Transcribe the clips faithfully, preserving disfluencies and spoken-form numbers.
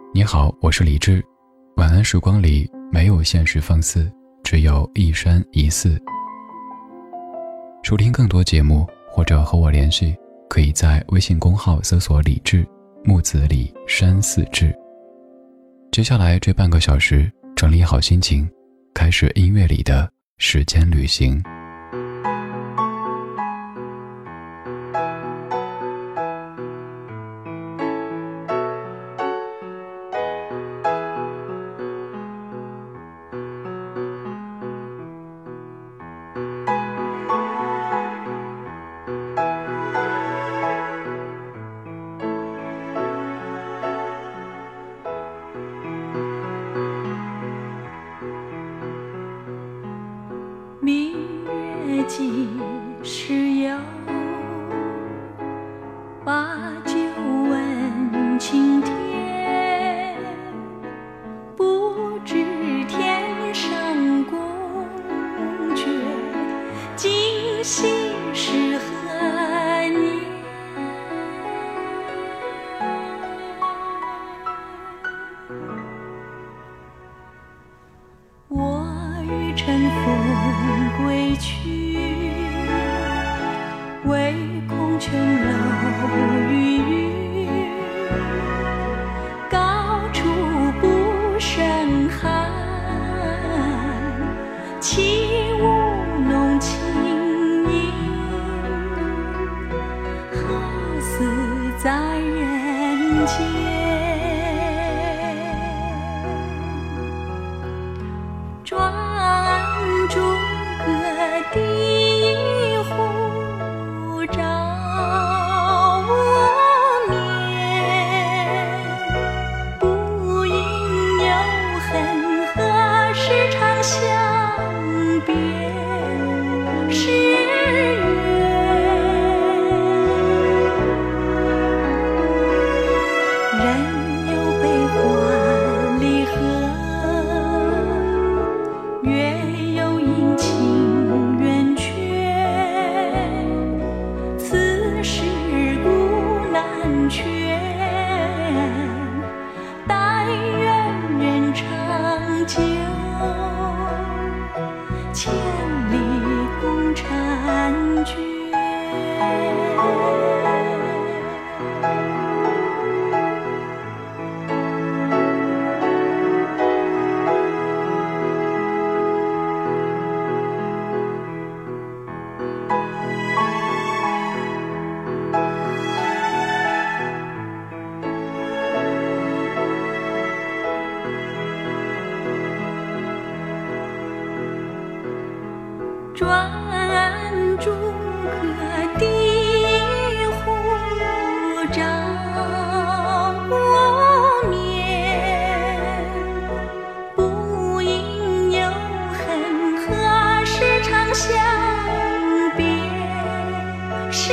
你好，我是李志。晚安时光里没有现实放肆，只有一山一寺。收听更多节目或者和我联系，可以在微信公号搜索李志，木子李，山寺志。接下来这半个小时，整理好心情，开始音乐里的时间旅行。 几时有？把酒问青天，不知天上宫阙，今夕是何年？我欲乘风归去，唯恐琼楼玉宇，高处不胜寒。起舞弄清影，好似在人间。专诸葛第湖照我面，不应有恨，何时长相别时圆？人有悲欢离合，月有阴晴圆缺，此事古难全。但愿人长久，千里共婵娟。专诸葛第湖照我面，不应有恨，何时长相别时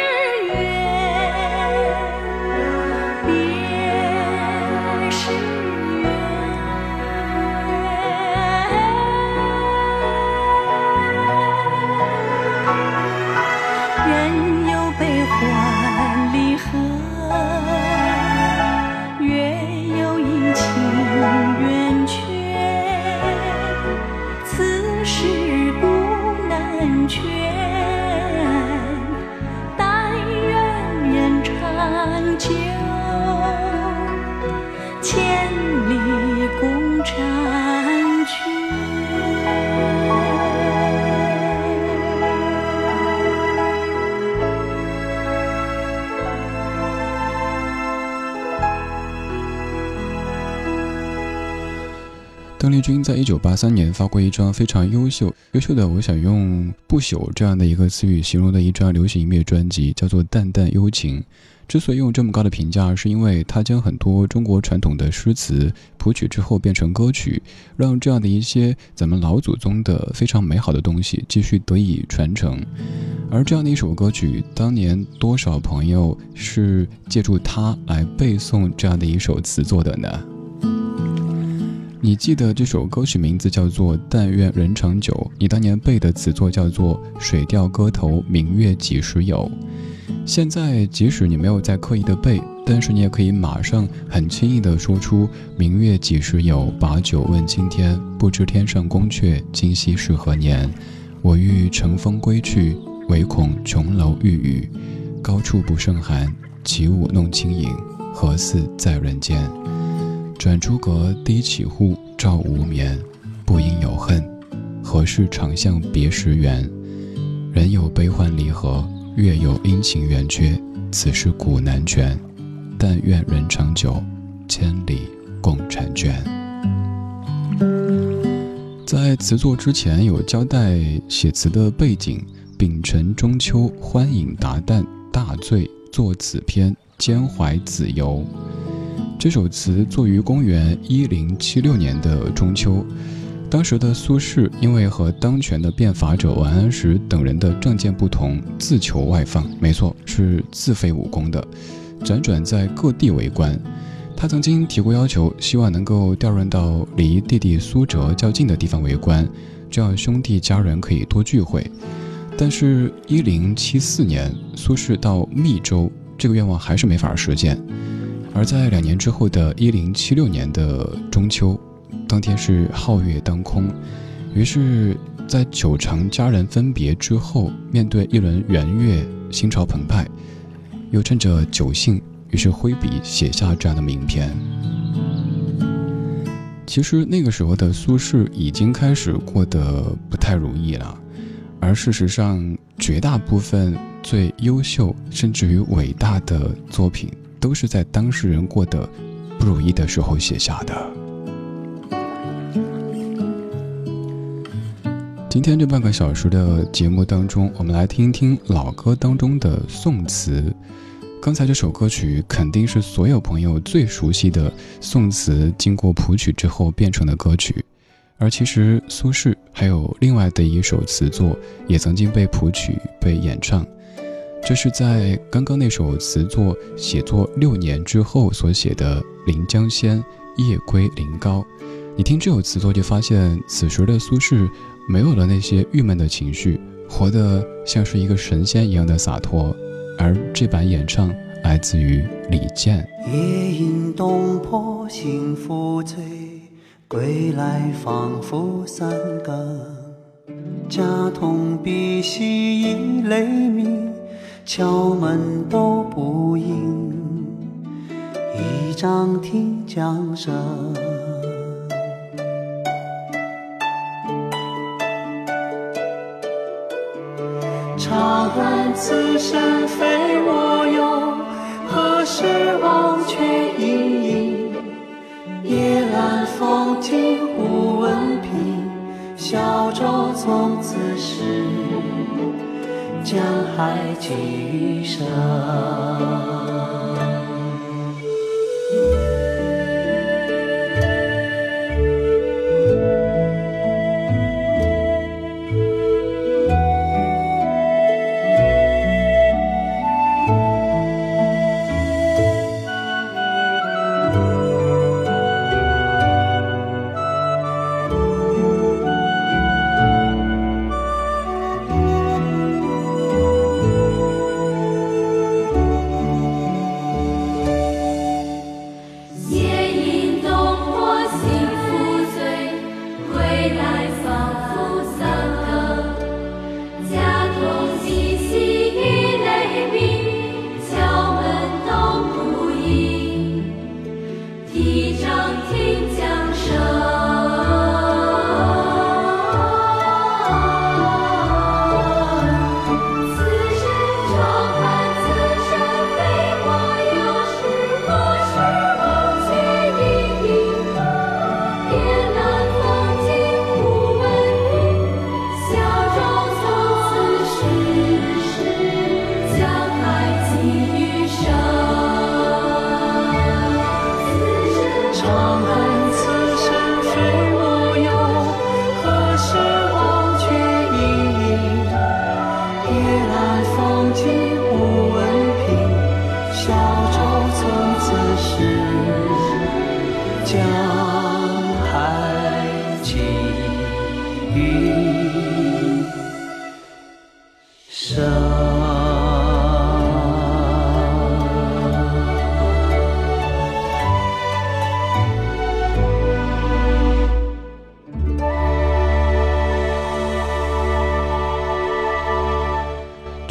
圆？别时人有悲欢离合，月有阴晴圆缺，此事古难全。但愿人长久，千里共婵娟。 邓丽君在一九八三年发过一张非常优秀优秀的我想用不朽这样的一个词语形容的一张流行音乐专辑，叫做《淡淡幽情》。之所以用这么高的评价，是因为它将很多中国传统的诗词谱曲之后变成歌曲，让这样的一些咱们老祖宗的非常美好的东西继续得以传承。而这样的一首歌曲，当年多少朋友是借助它来背诵这样的一首词作的呢？你记得这首歌曲名字叫做《但愿人长久》，你当年背的词作叫做《水调歌头明月几时有》。现在即使你没有在刻意的背， 但是你也可以马上很轻易地说出明月几时有，把酒问青天，不知天上宫阙，今夕是何年。我欲乘风归去，唯恐琼楼玉宇，高处不胜寒，起舞弄清影，何似在人间。转朱阁，低绮户，照无眠，不应有恨，何事长向别时圆。人有悲欢离合，月有阴晴圆缺，此事古难全。但愿人长久，千里共婵娟。在词作之前有交代写词的背景：丙辰中秋，欢饮达旦，大醉，作此篇，兼怀子由。这首词作于公元一零七六年的中秋。当时的苏轼因为和当权的变法者王安石等人的政见不同，自求外放，没错，是自废武功的，辗转在各地为官。他曾经提过要求，希望能够调任到离弟弟苏辙较近的地方为官，这样兄弟家人可以多聚会。但是一零七四年苏轼到密州，这个愿望还是没法实现。而在两年之后的一零七六年的中秋，当天是皓月当空，于是在久长家人分别之后，面对一轮圆月，心潮澎湃，又趁着酒兴，于是挥笔写下这样的名篇。其实那个时候的苏轼已经开始过得不太如意了，而事实上绝大部分最优秀甚至于伟大的作品都是在当事人过得不如意的时候写下的。今天这半个小时的节目当中，我们来听一听老歌当中的宋词。刚才这首歌曲肯定是所有朋友最熟悉的宋词经过谱曲之后变成的歌曲，而其实苏轼还有另外的一首词作也曾经被谱曲被演唱，这是在刚刚那首词作写作六年之后所写的《临江仙·夜归临高》。你听这首词作就发现，此时的苏轼没有了那些郁闷的情绪，活得像是一个神仙一样的洒脱。而这版演唱来自于李健。 夜饮东坡心浮醉，归来仿佛三更。家童鼻息已雷鸣，敲门都不应，一张听江声。长恨此生非我有，何时忘却营营。夜阑风静忽闻平，小舟从此逝，江海寄余生。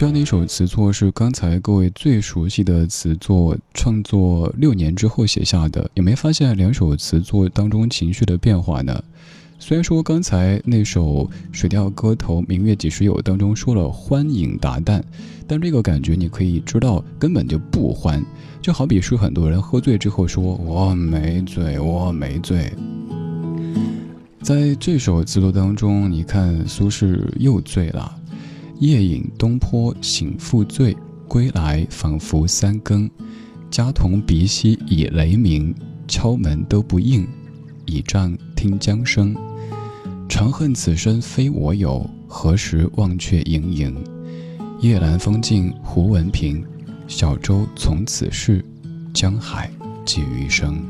这样的一首词作是刚才各位最熟悉的词作，创作六年之后写下的。有没有发现两首词作当中情绪的变化呢？虽然说刚才那首《水调歌头·明月几时有》当中说了欢饮达旦，但这个感觉你可以知道根本就不欢，就好比是很多人喝醉之后说我没醉，我没醉。在这首词作当中，你看苏轼又醉了。夜饮东坡醒复醉，归来仿佛三更。家童鼻息已雷鸣，敲门都不应，倚杖听江声。长恨此身非我有，何时忘却营营。夜阑风静胡文平，小舟从此逝，江海寄余生。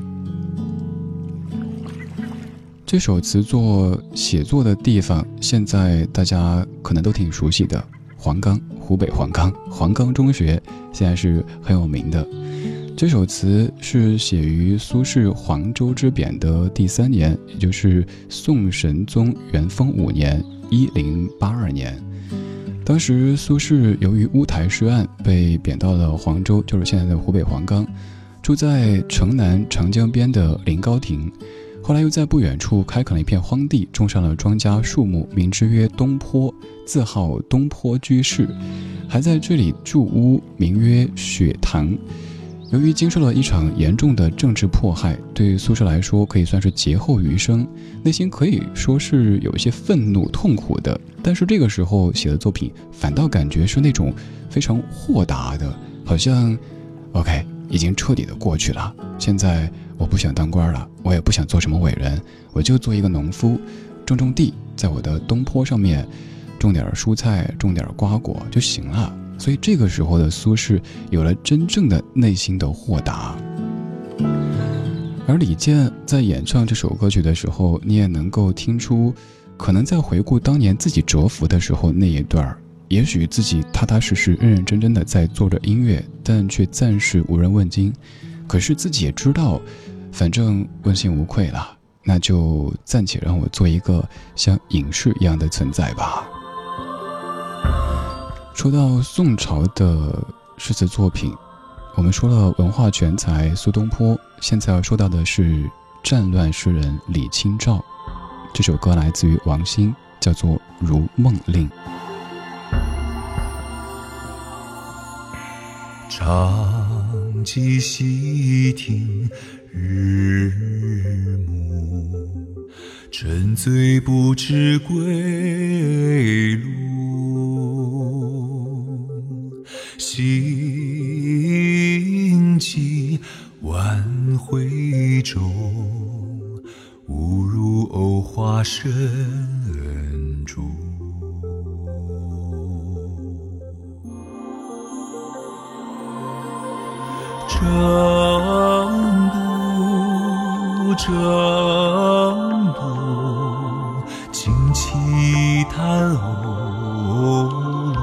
这首词作写作的地方，现在大家可能都挺熟悉的，黄冈，湖北黄冈，黄冈中学现在是很有名的。这首词是写于苏轼黄州之贬的第三年，也就是宋神宗元丰五年一零八二年。当时苏轼由于乌台诗案被贬到了黄州，就是现在的湖北黄冈，住在城南长江边的临高亭。后来又在不远处开垦了一片荒地，种上了庄稼树木，名之曰东坡，自号东坡居士，还在这里筑屋，名曰雪堂。由于经受了一场严重的政治迫害，对苏轼来说可以算是劫后余生，内心可以说是有一些愤怒痛苦的，但是这个时候写的作品反倒感觉是那种非常豁达的，好像 OK 已经彻底的过去了，现在我不想当官了，我也不想做什么伟人，我就做一个农夫，种种地，在我的东坡上面种点蔬菜，种点瓜果就行了。所以这个时候的苏轼有了真正的内心的豁达。而李健在演唱这首歌曲的时候，你也能够听出，可能在回顾当年自己蛰伏的时候那一段，也许自己踏踏实实认认真真的在做着音乐，但却暂时无人问津，可是自己也知道反正问心无愧了，那就暂且让我做一个像隐士一样的存在吧。说到宋朝的诗词作品，我们说了文化全才苏东坡，现在要说到的是战乱诗人李清照。这首歌来自于王兴，叫做《如梦令》。 长记溪亭日暮，沉醉不知归路。行迹万回舟，误入藕花深处。争渡，争渡，旌旗叹鸥鹭。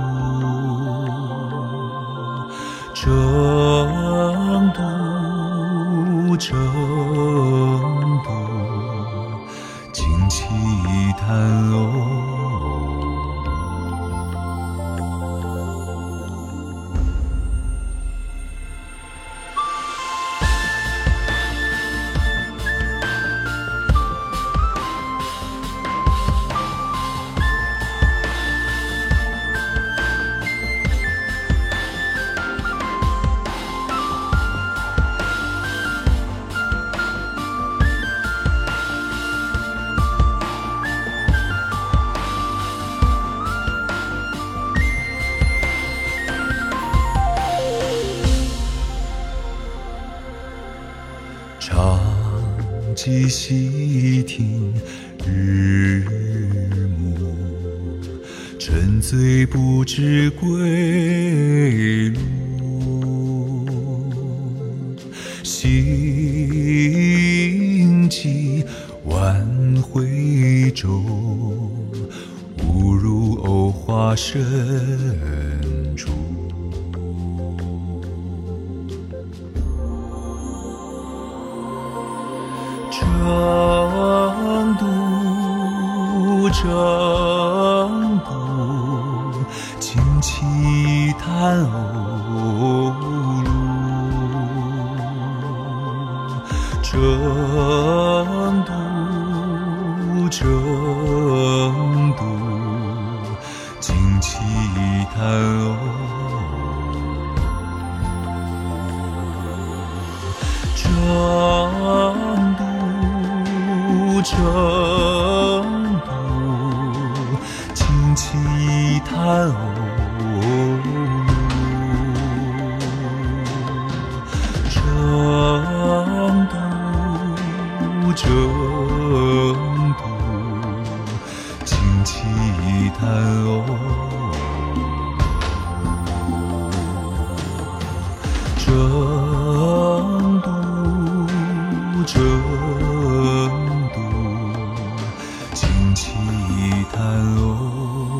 争渡，争渡，旌旗叹鸥鹭。长记溪亭日暮，沉醉不知归路。行迹万回舟，误入藕花深处。争渡，争渡，旌旗叹鸥鹭，争渡争渡，旌旗叹鸥鹕，争渡争渡，旌旗叹鸥鹕，争渡争渡，旌旗叹鸥争渡争渡，旌旗叹鸥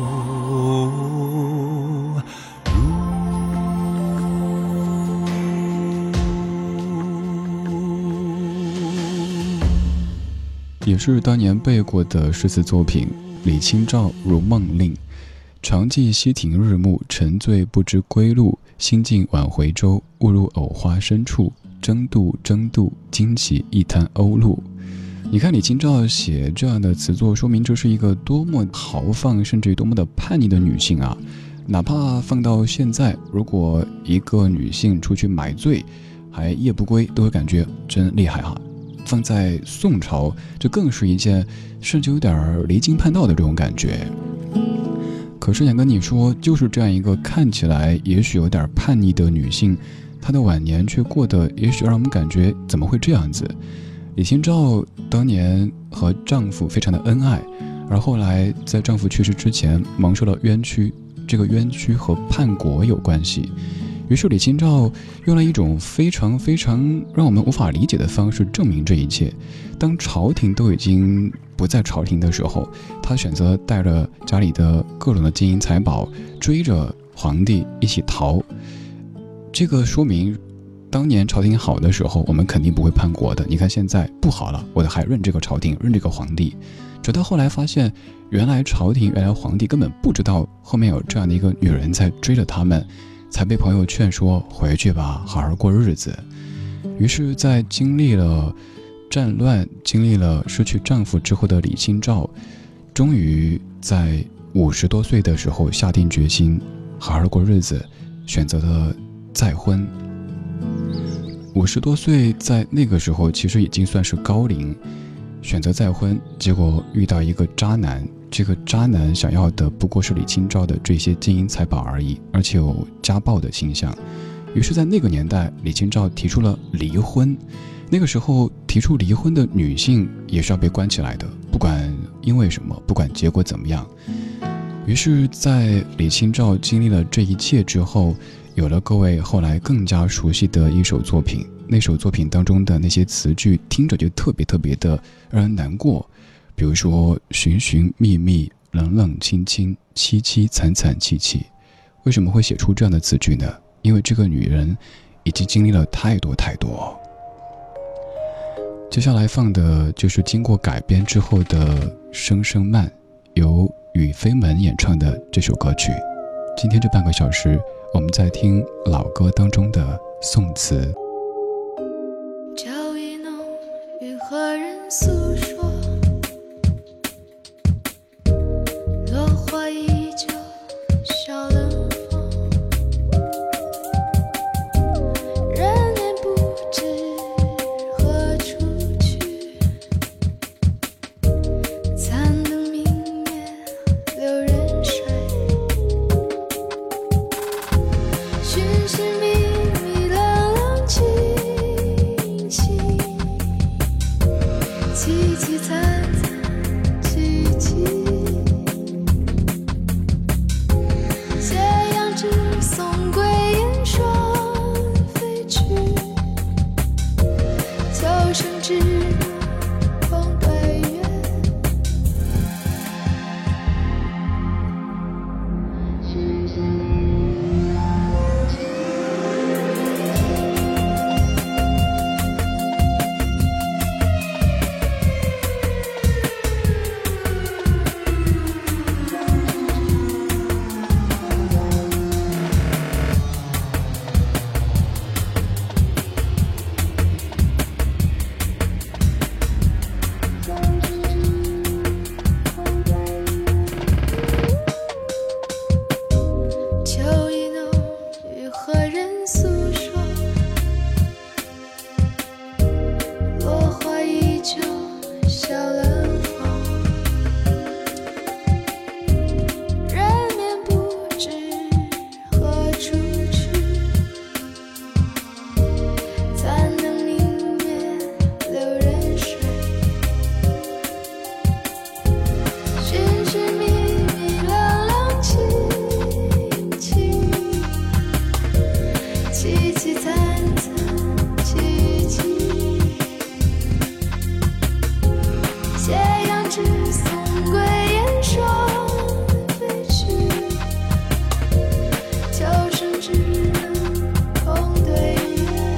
也是当年背过的诗词作品。李清照《如梦令》：常记溪亭日暮，沉醉不知归路。兴尽晚回舟，误入藕花深处。争渡争渡，旌旗一滩鸥鹭。你看李清照写这样的词作，说明这是一个多么豪放，甚至于多么的叛逆的女性啊！哪怕放到现在，如果一个女性出去买醉，还夜不归，都会感觉真厉害哈。放在宋朝，这更是一件甚至有点离经叛道的这种感觉。可是想跟你说，就是这样一个看起来也许有点叛逆的女性，她的晚年却过得也许让我们感觉怎么会这样子。李清照当年和丈夫非常的恩爱，而后来在丈夫去世之前蒙受了冤屈，这个冤屈和叛国有关系。于是李清照用了一种非常非常让我们无法理解的方式证明这一切。当朝廷都已经不在朝廷的时候，她选择带着家里的各种的金银财宝，追着皇帝一起逃。这个说明当年朝廷好的时候，我们肯定不会叛国的。你看现在不好了，我还认这个朝廷，认这个皇帝。直到后来发现，原来朝廷原来皇帝根本不知道后面有这样的一个女人在追着他们，才被朋友劝说回去吧，好好过日子。于是在经历了战乱，经历了失去丈夫之后的李清照，终于在五十多岁的时候下定决心好好过日子，选择了再婚。五十多岁在那个时候其实已经算是高龄，选择再婚，结果遇到一个渣男。这个渣男想要的不过是李清照的这些金银财宝而已，而且有家暴的倾向。于是在那个年代，李清照提出了离婚。那个时候提出离婚的女性也是要被关起来的，不管因为什么，不管结果怎么样。于是在李清照经历了这一切之后，有了各位后来更加熟悉的一首作品。那首作品当中的那些词句听着就特别特别的让人难过，比如说寻寻觅觅，冷冷清清，凄凄惨惨戚戚。为什么会写出这样的词句呢？因为这个女人已经经历了太多太多。接下来放的就是经过改编之后的《声声慢》，由雨飞门演唱的这首歌曲。今天这半个小时，我们在听老歌当中的宋词。 酒意浓，与何人诉说？落花依旧，笑冷风。人言不知何处去，残灯明灭，留人睡。寻寻觅觅，冷冷清清，凄凄惨惨戚戚。斜阳之松归燕双飞去，秋声之空对月。寻寻觅就消了慌，人面不知何处去，才能明月流人水，寻寻觅觅冷冷清清，凄凄惨惨戚戚，斜阳之送归雁双飞去，秋声只能空对月，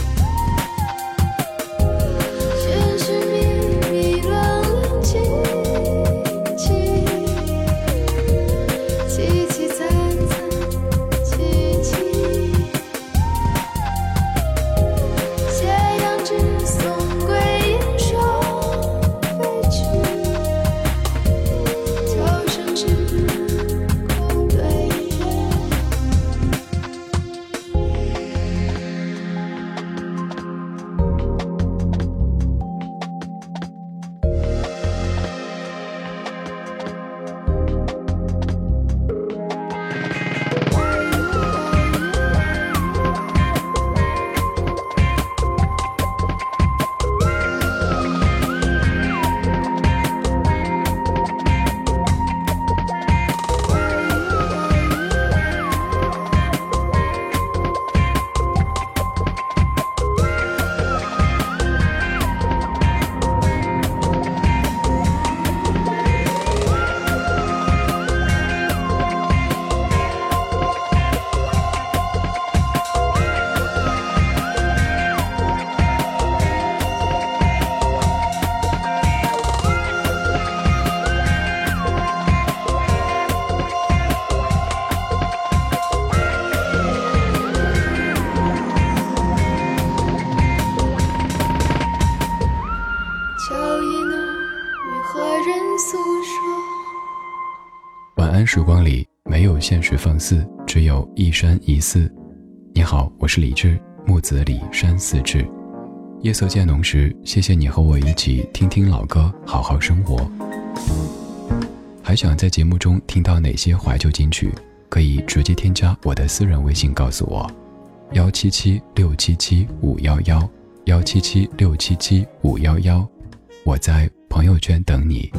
寻寻觅觅冷冷清清，凄凄惨惨戚戚，斜阳之送归雁双飞去，秋声只能空对月。秋意浓，与何人诉说？ 晚安时光里没有现实放肆，只有一山一寺。你好，我是李志，木子李山寺志。夜色渐浓时，谢谢你和我一起听听老歌，好好生活。还想在节目中听到哪些怀旧金曲，可以直接添加我的私人微信告诉我，幺七七六七七五幺幺，幺七七六七七五幺幺，我在朋友圈等你。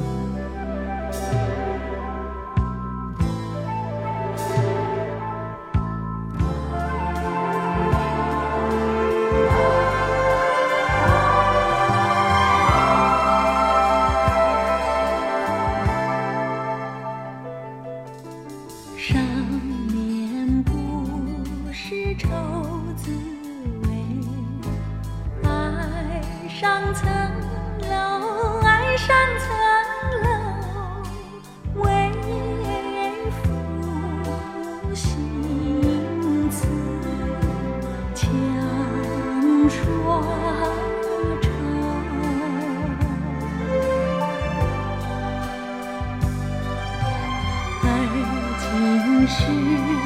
少年不识愁滋味，爱上层楼，爱上层楼，为赋新词强说愁。而今是